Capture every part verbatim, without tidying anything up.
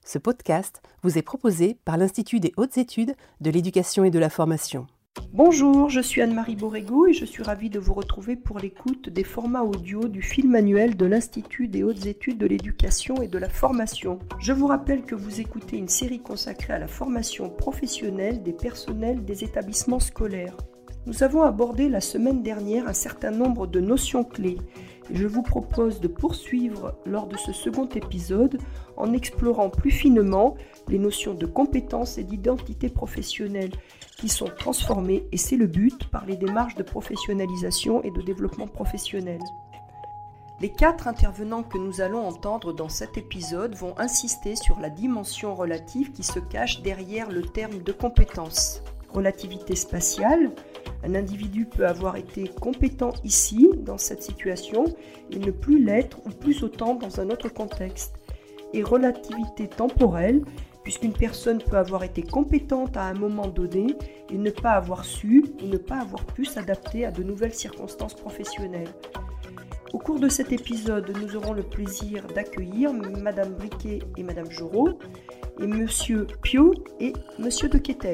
Ce podcast vous est proposé par l'Institut des hautes études de l'éducation et de la formation. Bonjour, je suis Anne-Marie Borrego et je suis ravie de vous retrouver pour l'écoute des formats audio du film annuel de l'Institut des hautes études de l'éducation et de la formation. Je vous rappelle que vous écoutez une série consacrée à la formation professionnelle des personnels des établissements scolaires. Nous avons abordé la semaine dernière un certain nombre de notions clés et je vous propose de poursuivre lors de ce second épisode en explorant plus finement les notions de compétences et d'identité professionnelle qui sont transformées, et c'est le but, par les démarches de professionnalisation et de développement professionnel. Les quatre intervenants que nous allons entendre dans cet épisode vont insister sur la dimension relative qui se cache derrière le terme de compétence. Relativité spatiale, un individu peut avoir été compétent ici, dans cette situation, et ne plus l'être ou plus autant dans un autre contexte. Et relativité temporelle, puisqu'une personne peut avoir été compétente à un moment donné et ne pas avoir su ou ne pas avoir pu s'adapter à de nouvelles circonstances professionnelles. Au cours de cet épisode, nous aurons le plaisir d'accueillir Madame Briquet et Madame Jorot et Monsieur Piot et Monsieur de Quetel.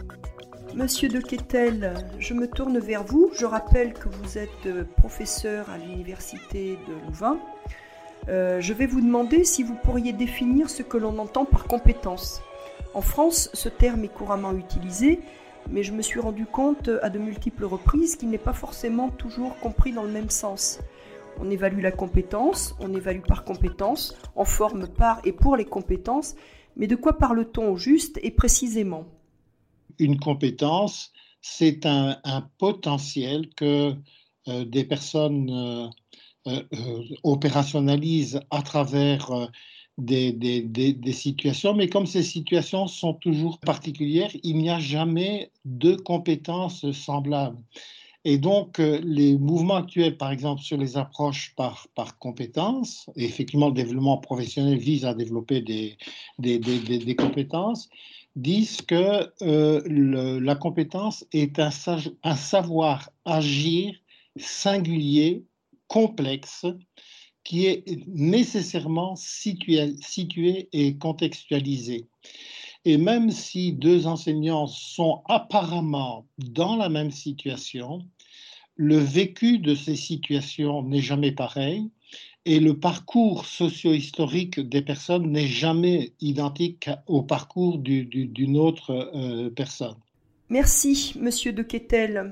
Monsieur de Quetel, je me tourne vers vous. Je rappelle que vous êtes professeur à l'Université de Louvain. Euh, je vais vous demander si vous pourriez définir ce que l'on entend par compétence. En France, ce terme est couramment utilisé, mais je me suis rendu compte à de multiples reprises qu'il n'est pas forcément toujours compris dans le même sens. On évalue la compétence, on évalue par compétence, on forme par et pour les compétences, mais de quoi parle-t-on au juste et précisément ? Une compétence, c'est un, un potentiel que euh, des personnes euh, euh, euh, opérationnalisent à travers euh, des, des, des, des situations, mais comme ces situations sont toujours particulières, il n'y a jamais de compétences semblables. Et donc, euh, les mouvements actuels, par exemple, sur les approches par, par compétences, et effectivement, le développement professionnel vise à développer des, des, des, des, des compétences, disent que euh, le, la compétence est un, un savoir agir singulier, complexe, qui est nécessairement situé, situé et contextualisé. Et même si deux enseignants sont apparemment dans la même situation, le vécu de ces situations n'est jamais pareil et le parcours socio-historique des personnes n'est jamais identique au parcours du, du, d'une autre euh, personne. Merci, Monsieur de Quetel.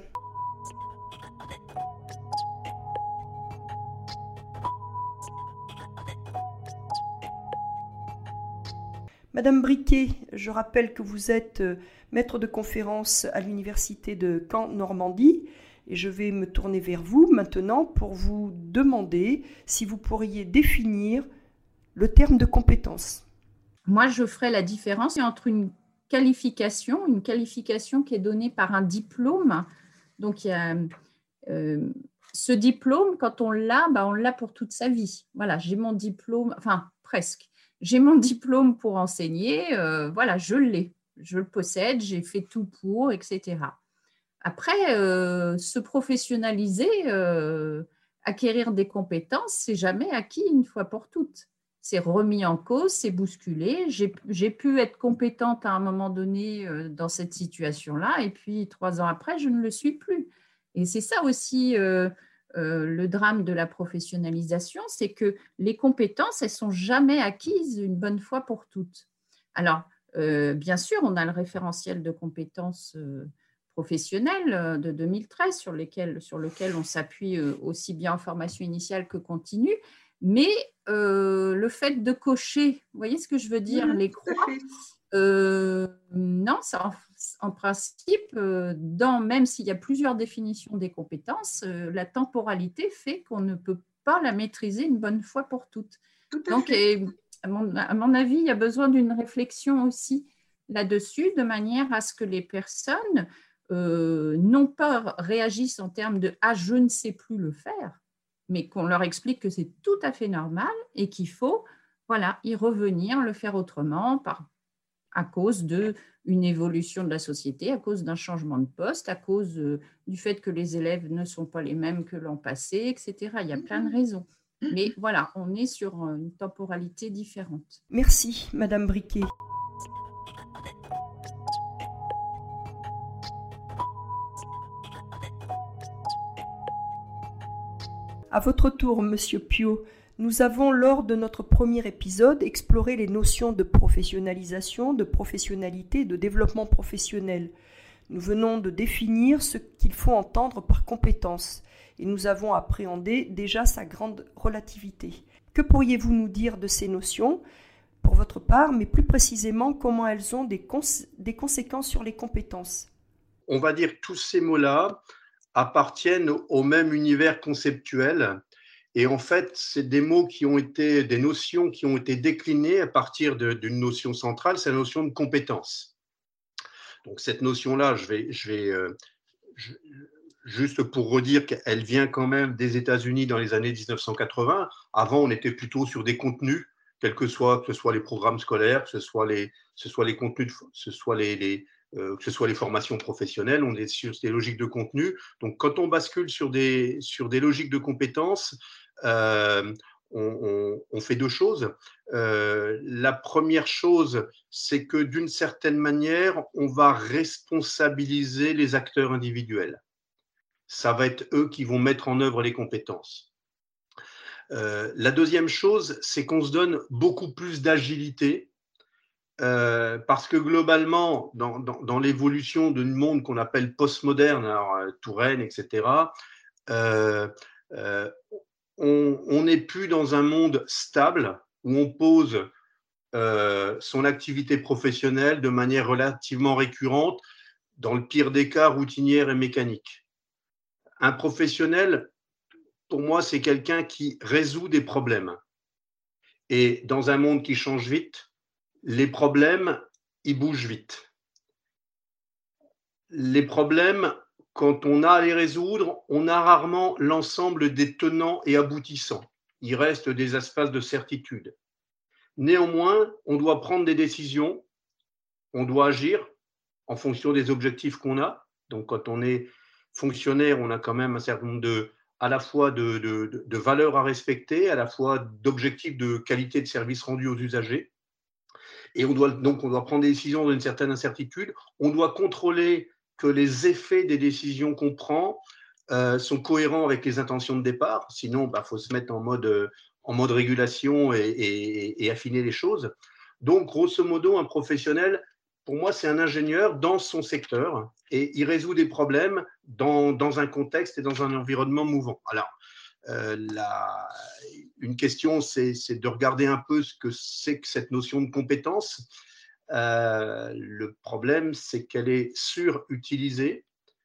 Madame Briquet, je rappelle que vous êtes maître de conférence à l'Université de Caen-Normandie et je vais me tourner vers vous maintenant pour vous demander si vous pourriez définir le terme de compétence. Moi, je ferai la différence entre une qualification, une qualification qui est donnée par un diplôme. Donc, il y a euh, ce diplôme, quand on l'a, bah, on l'a pour toute sa vie. Voilà, j'ai mon diplôme, enfin presque. J'ai mon diplôme pour enseigner, euh, voilà, je l'ai, je le possède, j'ai fait tout pour, et cetera. Après, euh, se professionnaliser, euh, acquérir des compétences, c'est jamais acquis une fois pour toutes. C'est remis en cause, c'est bousculé. J'ai, j'ai pu être compétente à un moment donné euh, dans cette situation-là, et puis trois ans après, je ne le suis plus. Et c'est ça aussi euh, euh, le drame de la professionnalisation, c'est que les compétences, elles ne sont jamais acquises une bonne fois pour toutes. Alors, euh, bien sûr, on a le référentiel de compétences euh, professionnelles de deux mille treize sur, lesquelles, sur lequel on s'appuie euh, aussi bien en formation initiale que continue, mais euh, le fait de cocher, vous voyez ce que je veux dire, mmh, les croix, euh, non, ça, en, en principe, euh, dans, même s'il y a plusieurs définitions des compétences, euh, la temporalité fait qu'on ne peut pas la maîtriser une bonne fois pour toutes. Tout à Donc, fait. Et, à, mon, à mon avis, il y a besoin d'une réflexion aussi là-dessus, de manière à ce que les personnes euh, non pas réagissent en termes de « ah, je ne sais plus le faire », mais qu'on leur explique que c'est tout à fait normal et qu'il faut voilà, y revenir, le faire autrement par, à cause d'une évolution de la société, à cause d'un changement de poste, à cause euh, du fait que les élèves ne sont pas les mêmes que l'an passé, et cetera. Il y a plein de raisons. Mais voilà, on est sur une temporalité différente. Merci, Madame Briquet. À votre tour, Monsieur Piot, nous avons, lors de notre premier épisode, exploré les notions de professionnalisation, de professionnalité et de développement professionnel. Nous venons de définir ce qu'il faut entendre par compétence et nous avons appréhendé déjà sa grande relativité. Que pourriez-vous nous dire de ces notions, pour votre part, mais plus précisément comment elles ont des, cons- des conséquences sur les compétences ? On va dire que tous ces mots-là appartiennent au même univers conceptuel. Et en fait, c'est des mots qui ont été, des notions qui ont été déclinées à partir de, d'une notion centrale, c'est la notion de compétence. Donc cette notion-là, je vais, je vais euh, je, juste pour redire qu'elle vient quand même des États-Unis dans les années dix-neuf cent quatre-vingts. Avant, on était plutôt sur des contenus, quels que soient, que ce soit les programmes scolaires, que ce soit les, que ce soit les contenus, que ce soit les, les Euh, que ce soit les formations professionnelles, on est sur des logiques de contenu. Donc, quand on bascule sur des, sur des logiques de compétences, euh, on, on, on fait deux choses. Euh, la première chose, c'est que d'une certaine manière, on va responsabiliser les acteurs individuels. Ça va être eux qui vont mettre en œuvre les compétences. Euh, la deuxième chose, c'est qu'on se donne beaucoup plus d'agilité. Euh, parce que globalement, dans, dans, dans l'évolution d'un monde qu'on appelle postmoderne, alors euh, Touraine, et cetera, euh, euh, on n'est plus dans un monde stable où on pose euh, son activité professionnelle de manière relativement récurrente, dans le pire des cas, routinière et mécanique. Un professionnel, pour moi, c'est quelqu'un qui résout des problèmes. Et dans un monde qui change vite, les problèmes, ils bougent vite. Les problèmes, quand on a à les résoudre, on a rarement l'ensemble des tenants et aboutissants. Il reste des espaces de certitude. Néanmoins, on doit prendre des décisions, on doit agir en fonction des objectifs qu'on a. Donc, quand on est fonctionnaire, on a quand même un certain nombre de, à la fois de, de, de valeurs à respecter, à la fois d'objectifs de qualité de service rendu aux usagers. Et on doit, donc, on doit prendre des décisions dans une certaine incertitude. On doit contrôler que les effets des décisions qu'on prend euh, sont cohérents avec les intentions de départ. Sinon, bah, faut se mettre en mode, en mode régulation et, et, et affiner les choses. Donc, grosso modo, un professionnel, pour moi, c'est un ingénieur dans son secteur et il résout des problèmes dans, dans un contexte et dans un environnement mouvant. Alors, Euh, la, une question, c'est, c'est de regarder un peu ce que c'est que cette notion de compétence. Euh, le problème, c'est qu'elle est surutilisée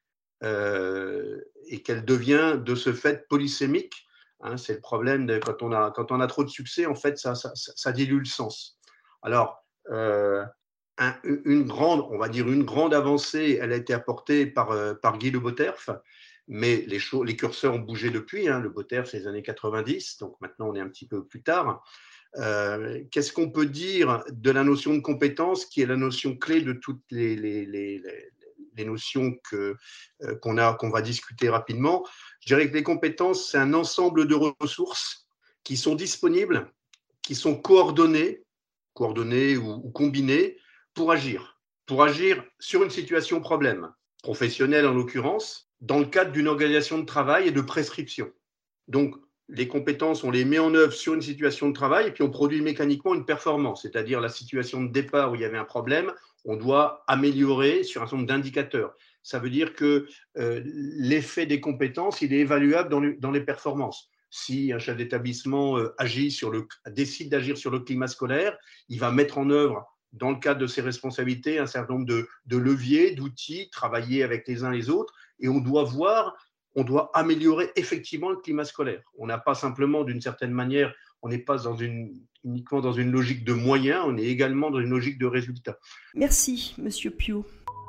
euh, et qu'elle devient de ce fait polysémique. Hein, c'est le problème de, quand, on a, quand on a trop de succès, en fait, ça, ça, ça dilue le sens. Alors, euh, un, une grande, on va dire une grande avancée, elle a été apportée par, par Guy Le Botterf. Mais les, choses, les curseurs ont bougé depuis. Hein. Le Botterf, c'est les années quatre-vingt-dix, donc maintenant on est un petit peu plus tard. Euh, qu'est-ce qu'on peut dire de la notion de compétence, qui est la notion clé de toutes les, les, les, les notions que, euh, qu'on, a, qu'on va discuter rapidement? Je dirais que les compétences, c'est un ensemble de ressources qui sont disponibles, qui sont coordonnées, coordonnées ou, ou combinées pour agir. Pour agir sur une situation problème, professionnelle en l'occurrence, dans le cadre d'une organisation de travail et de prescription. Donc, les compétences, on les met en œuvre sur une situation de travail et puis on produit mécaniquement une performance, c'est-à-dire la situation de départ où il y avait un problème, on doit améliorer sur un certain nombre d'indicateurs. Ça veut dire que euh, l'effet des compétences, il est évaluable dans, le, dans les performances. Si un chef d'établissement euh, agit sur le, décide d'agir sur le climat scolaire, il va mettre en œuvre dans le cadre de ses responsabilités un certain nombre de, de leviers, d'outils, travailler avec les uns les autres. Et on doit voir, on doit améliorer effectivement le climat scolaire. On n'a pas simplement, d'une certaine manière, on n'est pas dans une, uniquement dans une logique de moyens, on est également dans une logique de résultats. Merci, Monsieur Piot.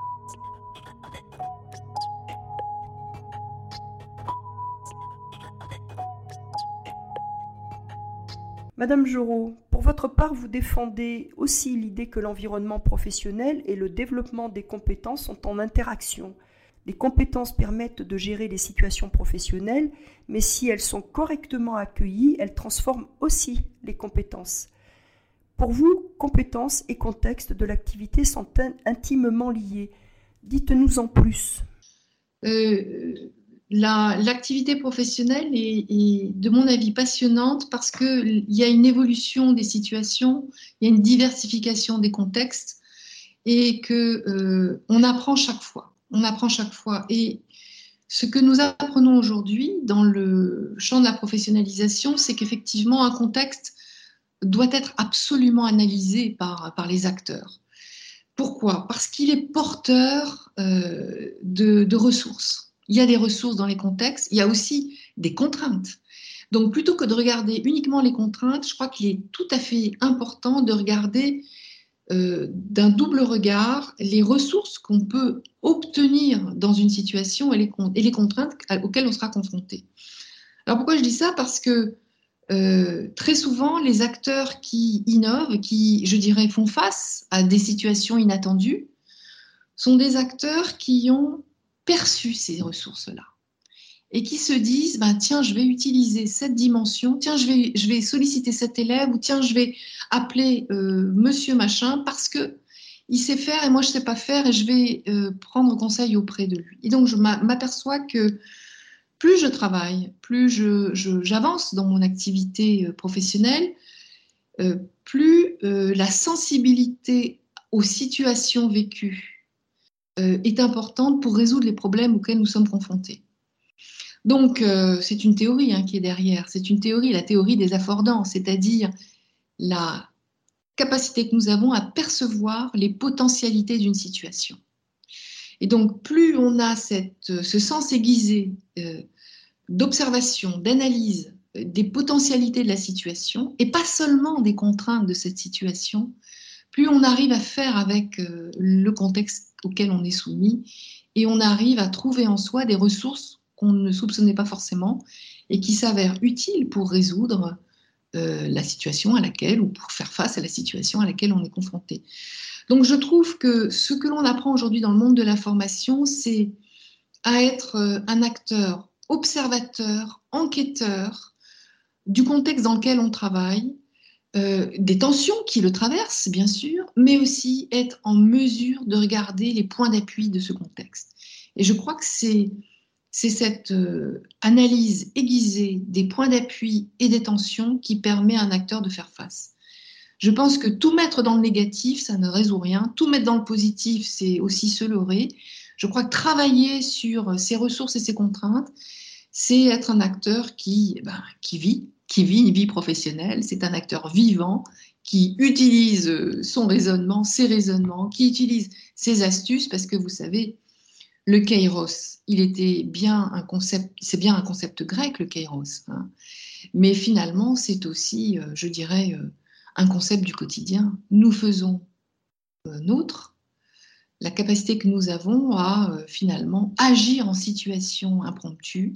Madame Jorot, pour votre part, vous défendez aussi l'idée que l'environnement professionnel et le développement des compétences sont en interaction. Les compétences permettent de gérer les situations professionnelles, mais si elles sont correctement accueillies, elles transforment aussi les compétences. Pour vous, compétences et contexte de l'activité sont in- intimement liés. Dites-nous en plus. Euh, la, l'activité professionnelle est, est, de mon avis, passionnante parce qu'il y a une évolution des situations, il y a une diversification des contextes et qu'on euh, apprend chaque fois. On apprend chaque fois. Et ce que nous apprenons aujourd'hui dans le champ de la professionnalisation, c'est qu'effectivement, un contexte doit être absolument analysé par, par les acteurs. Pourquoi ? Parce qu'il est porteur euh, de, de ressources. Il y a des ressources dans les contextes, il y a aussi des contraintes. Donc, plutôt que de regarder uniquement les contraintes, je crois qu'il est tout à fait important de regarder euh, d'un double regard les ressources qu'on peut obtenir dans une situation et les, et les contraintes auxquelles on sera confronté. Alors, pourquoi je dis ça ? Parce que Euh, très souvent, les acteurs qui innovent, qui, je dirais, font face à des situations inattendues, sont des acteurs qui ont perçu ces ressources-là et qui se disent, ben, tiens, je vais utiliser cette dimension, tiens, je vais, je vais solliciter cet élève ou tiens, je vais appeler euh, monsieur machin parce qu'il sait faire et moi, je ne sais pas faire et je vais euh, prendre conseil auprès de lui. Et donc, je m'aperçois que plus je travaille, plus je, je, j'avance dans mon activité professionnelle, euh, plus euh, la sensibilité aux situations vécues euh, est importante pour résoudre les problèmes auxquels nous sommes confrontés. Donc, euh, c'est une théorie hein, qui est derrière. C'est une théorie, la théorie des affordants, c'est-à-dire la capacité que nous avons à percevoir les potentialités d'une situation. Et donc, plus on a cette, ce sens aiguisé euh, d'observation, d'analyse des potentialités de la situation, et pas seulement des contraintes de cette situation, plus on arrive à faire avec euh, le contexte auquel on est soumis, et on arrive à trouver en soi des ressources qu'on ne soupçonnait pas forcément, et qui s'avèrent utiles pour résoudre euh, la situation à laquelle, ou pour faire face à la situation à laquelle on est confronté. Donc je trouve que ce que l'on apprend aujourd'hui dans le monde de la formation, c'est à être un acteur observateur, enquêteur du contexte dans lequel on travaille, euh, des tensions qui le traversent, bien sûr, mais aussi être en mesure de regarder les points d'appui de ce contexte. Et je crois que c'est, c'est cette euh, analyse aiguisée des points d'appui et des tensions qui permet à un acteur de faire face. Je pense que tout mettre dans le négatif, ça ne résout rien. Tout mettre dans le positif, c'est aussi se leurrer. Je crois que travailler sur ses ressources et ses contraintes, c'est être un acteur qui, ben, qui vit, qui vit une vie professionnelle. C'est un acteur vivant qui utilise son raisonnement, ses raisonnements, qui utilise ses astuces, parce que vous savez, le kairos, il était bien un concept, c'est bien un concept grec, le kairos, hein. Mais finalement, c'est aussi, je dirais, un concept du quotidien. Nous faisons euh, nôtre la capacité que nous avons à euh, finalement agir en situation impromptue,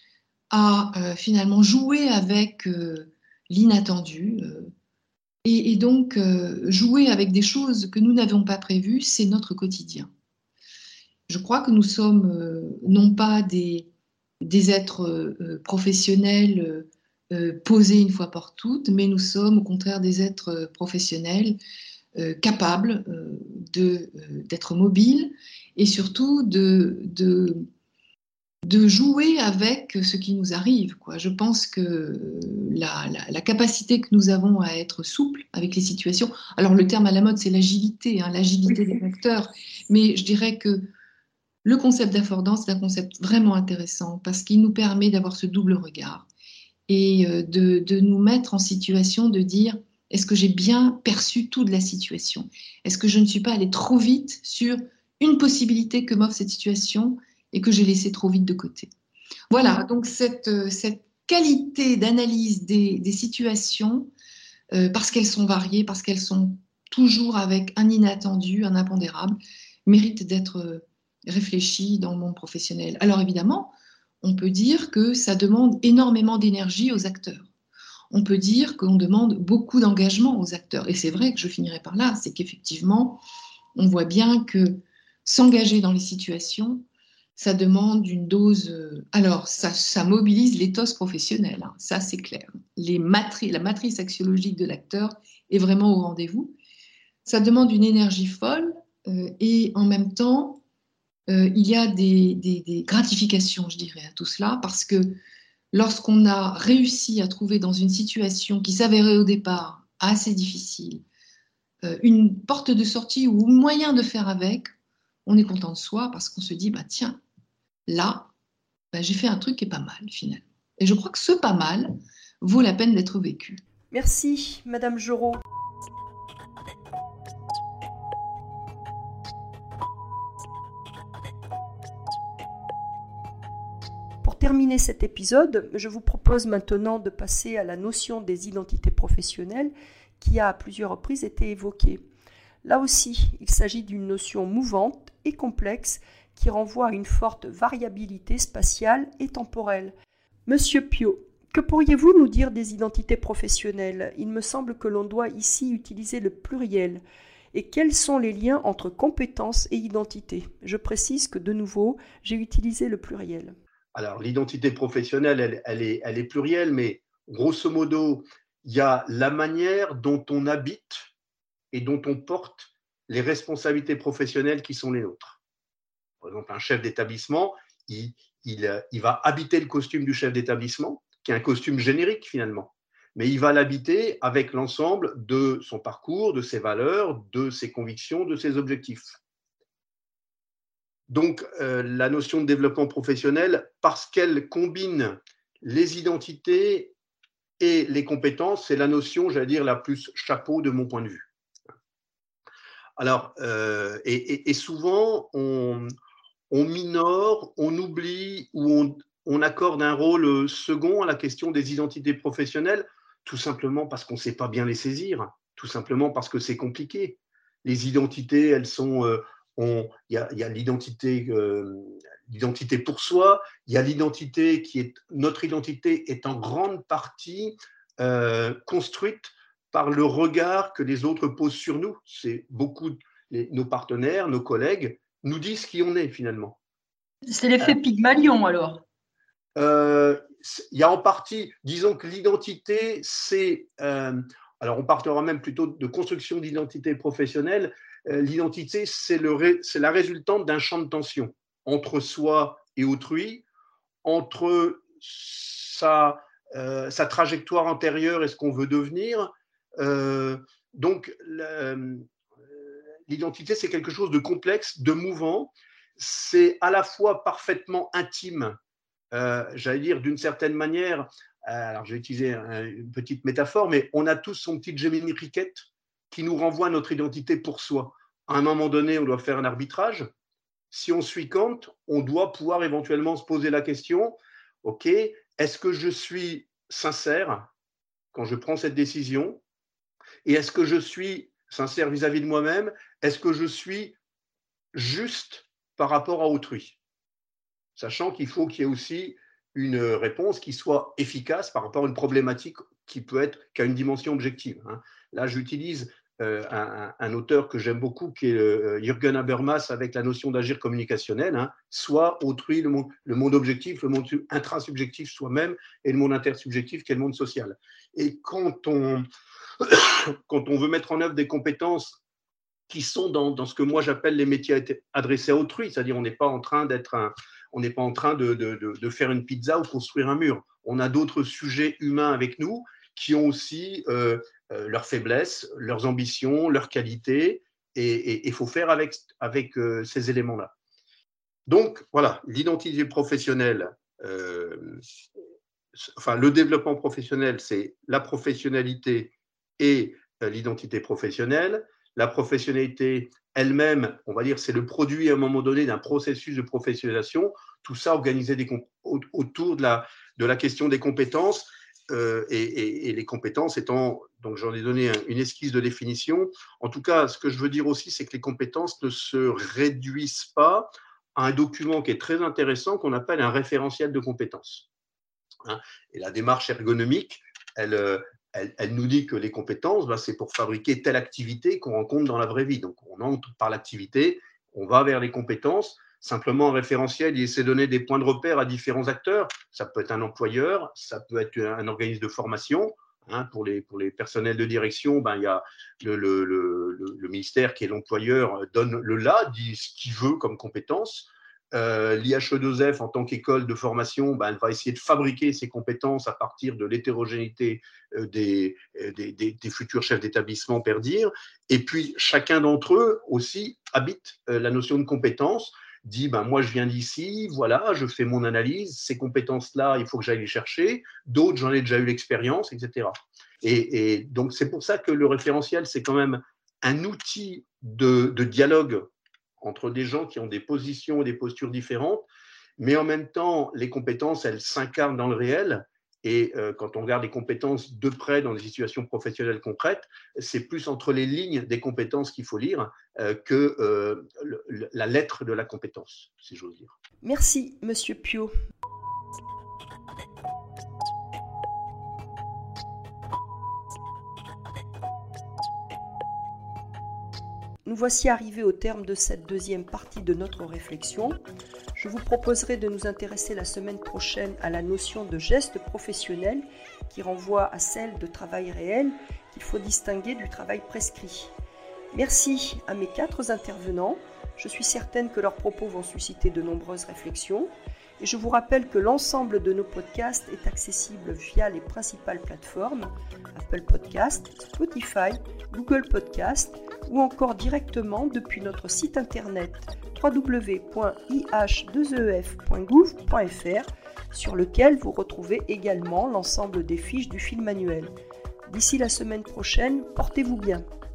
à euh, finalement jouer avec euh, l'inattendu euh, et, et donc euh, jouer avec des choses que nous n'avions pas prévues, c'est notre quotidien. Je crois que nous sommes euh, non pas des, des êtres euh, professionnels euh, Euh, posés une fois pour toutes, mais nous sommes au contraire des êtres euh, professionnels euh, capables euh, de, euh, d'être mobiles et surtout de, de, de jouer avec ce qui nous arrive, quoi. Je pense que la, la, la capacité que nous avons à être souple avec les situations, alors le terme à la mode c'est l'agilité, hein, l'agilité des acteurs, mais je dirais que le concept d'affordance c'est un concept vraiment intéressant parce qu'il nous permet d'avoir ce double regard et de, de nous mettre en situation de dire est-ce que j'ai bien perçu toute la situation ? Est-ce que je ne suis pas allée trop vite sur une possibilité que m'offre cette situation et que j'ai laissé trop vite de côté ? Voilà, donc cette, cette qualité d'analyse des, des situations, euh, parce qu'elles sont variées, parce qu'elles sont toujours avec un inattendu, un impondérable, mérite d'être réfléchie dans le monde professionnel. Alors évidemment, on peut dire que ça demande énormément d'énergie aux acteurs. On peut dire qu'on demande beaucoup d'engagement aux acteurs. Et c'est vrai que je finirai par là, c'est qu'effectivement, on voit bien que s'engager dans les situations, ça demande une dose… Euh, alors, ça, ça mobilise l'éthos professionnel, hein, ça c'est clair. Les matri- la matrice axiologique de l'acteur est vraiment au rendez-vous. Ça demande une énergie folle euh, et en même temps, euh, il y a des, des, des gratifications, je dirais, à tout cela, parce que lorsqu'on a réussi à trouver dans une situation qui s'avérait au départ assez difficile, euh, une porte de sortie ou un moyen de faire avec, on est content de soi parce qu'on se dit, bah, tiens, là, bah, j'ai fait un truc qui est pas mal finalement. Et je crois que ce pas mal vaut la peine d'être vécu. Merci, Madame Geraud. Pour terminer cet épisode, je vous propose maintenant de passer à la notion des identités professionnelles qui a à plusieurs reprises été évoquée. Là aussi, il s'agit d'une notion mouvante et complexe qui renvoie à une forte variabilité spatiale et temporelle. Monsieur Piot, que pourriez-vous nous dire des identités professionnelles ? Il me semble que l'on doit ici utiliser le pluriel. Et quels sont les liens entre compétences et identité ? Je précise que, de nouveau, j'ai utilisé le pluriel. Alors, l'identité professionnelle, elle, elle, est, elle est plurielle, mais grosso modo, il y a la manière dont on habite et dont on porte les responsabilités professionnelles qui sont les nôtres. Par exemple, un chef d'établissement, il, il, il va habiter le costume du chef d'établissement, qui est un costume générique finalement, mais il va l'habiter avec l'ensemble de son parcours, de ses valeurs, de ses convictions, de ses objectifs. Donc, euh, la notion de développement professionnel, parce qu'elle combine les identités et les compétences, c'est la notion, j'allais dire, la plus chapeau de mon point de vue. Alors, euh, et, et, et souvent, on, on minore, on oublie ou on, on accorde un rôle second à la question des identités professionnelles, tout simplement parce qu'on ne sait pas bien les saisir, tout simplement parce que c'est compliqué. Les identités, elles sont… Euh, il y a, y a l'identité, euh, l'identité pour soi, il y a l'identité qui est… Notre identité est en grande partie euh, construite par le regard que les autres posent sur nous. C'est beaucoup, les, nos partenaires, nos collègues nous disent qui on est finalement. C'est l'effet euh, Pygmalion alors. Euh, il y a en partie, disons que l'identité, c'est… Euh, alors on partira même plutôt de construction d'identité professionnelle. Euh, l'identité, c'est, le ré, c'est la résultante d'un champ de tension entre soi et autrui, entre sa, euh, sa trajectoire antérieure et ce qu'on veut devenir. Euh, donc, la, l'identité, c'est quelque chose de complexe, de mouvant. C'est à la fois parfaitement intime, euh, j'allais dire d'une certaine manière, euh, alors j'ai utilisé un, une petite métaphore, mais on a tous son petit Gemini Cricket qui nous renvoie à notre identité pour soi. À un moment donné, on doit faire un arbitrage. Si on suit Kant, on doit pouvoir éventuellement se poser la question, ok, est-ce que je suis sincère quand je prends cette décision ? Et est-ce que je suis sincère vis-à-vis de moi-même ? Est-ce que je suis juste par rapport à autrui ? Sachant qu'il faut qu'il y ait aussi une réponse qui soit efficace par rapport à une problématique qui peut être, qui a une dimension objective. Là, j'utilise euh, un, un auteur que j'aime beaucoup, qui est euh, Jürgen Habermas, avec la notion d'agir communicationnel, hein, soit autrui, le monde, le monde objectif, le monde intrasubjectif soi-même, et le monde intersubjectif, qui est le monde social. Et quand on, quand on veut mettre en œuvre des compétences qui sont dans, dans ce que moi j'appelle les métiers adressés à autrui, c'est-à-dire on n'est pas en train d'être un, on n'est pas en train de, de, de, de faire une pizza ou construire un mur. On a d'autres sujets humains avec nous qui ont aussi euh, euh, leurs faiblesses, leurs ambitions, leurs qualités, et il faut faire avec, avec euh, ces éléments-là. Donc, voilà, l'identité professionnelle, euh, enfin, le développement professionnel, c'est la professionnalité et euh, l'identité professionnelle. La professionnalité elle-même, on va dire, c'est le produit à un moment donné d'un processus de professionnalisation. Tout ça organisé des autour de la, de la question des compétences euh, et, et, et les compétences étant, donc j'en ai donné une esquisse de définition. En tout cas, ce que je veux dire aussi, c'est que les compétences ne se réduisent pas à un document qui est très intéressant qu'on appelle un référentiel de compétences. Hein, et la démarche ergonomique, elle, Elle, elle nous dit que les compétences, ben, c'est pour fabriquer telle activité qu'on rencontre dans la vraie vie. Donc, on entre par l'activité, on va vers les compétences. Simplement, un référentiel, il essaie de donner des points de repère à différents acteurs. Ça peut être un employeur, ça peut être un organisme de formation. Hein, pour, les, pour les personnels de direction, ben, il y a le, le, le, le ministère qui est l'employeur, donne le là, dit ce qu'il veut comme compétences. Euh, L'I H E deux F, en tant qu'école de formation, ben, elle va essayer de fabriquer ses compétences à partir de l'hétérogénéité euh, des, des, des, des futurs chefs d'établissement, per dire. Et puis, chacun d'entre eux aussi habite euh, la notion de compétence, dit ben, moi je viens d'ici, voilà, je fais mon analyse, ces compétences-là, il faut que j'aille les chercher, d'autres j'en ai déjà eu l'expérience, et cetera. Et, et donc c'est pour ça que le référentiel, c'est quand même un outil de, de dialogue entre des gens qui ont des positions et des postures différentes, mais en même temps, les compétences, elles s'incarnent dans le réel. Et euh, quand on regarde les compétences de près dans des situations professionnelles concrètes, c'est plus entre les lignes des compétences qu'il faut lire euh, que euh, le, la lettre de la compétence, si j'ose dire. Merci, Monsieur Piot. Nous voici arrivés au terme de cette deuxième partie de notre réflexion. Je vous proposerai de nous intéresser la semaine prochaine à la notion de geste professionnel qui renvoie à celle de travail réel qu'il faut distinguer du travail prescrit. Merci à mes quatre intervenants. Je suis certaine que leurs propos vont susciter de nombreuses réflexions. Et je vous rappelle que l'ensemble de nos podcasts est accessible via les principales plateformes Apple Podcasts, Spotify, Google Podcasts ou encore directement depuis notre site internet w w w point i h deux e f point gouv point f r sur lequel vous retrouvez également l'ensemble des fiches du film manuel. D'ici la semaine prochaine, portez-vous bien.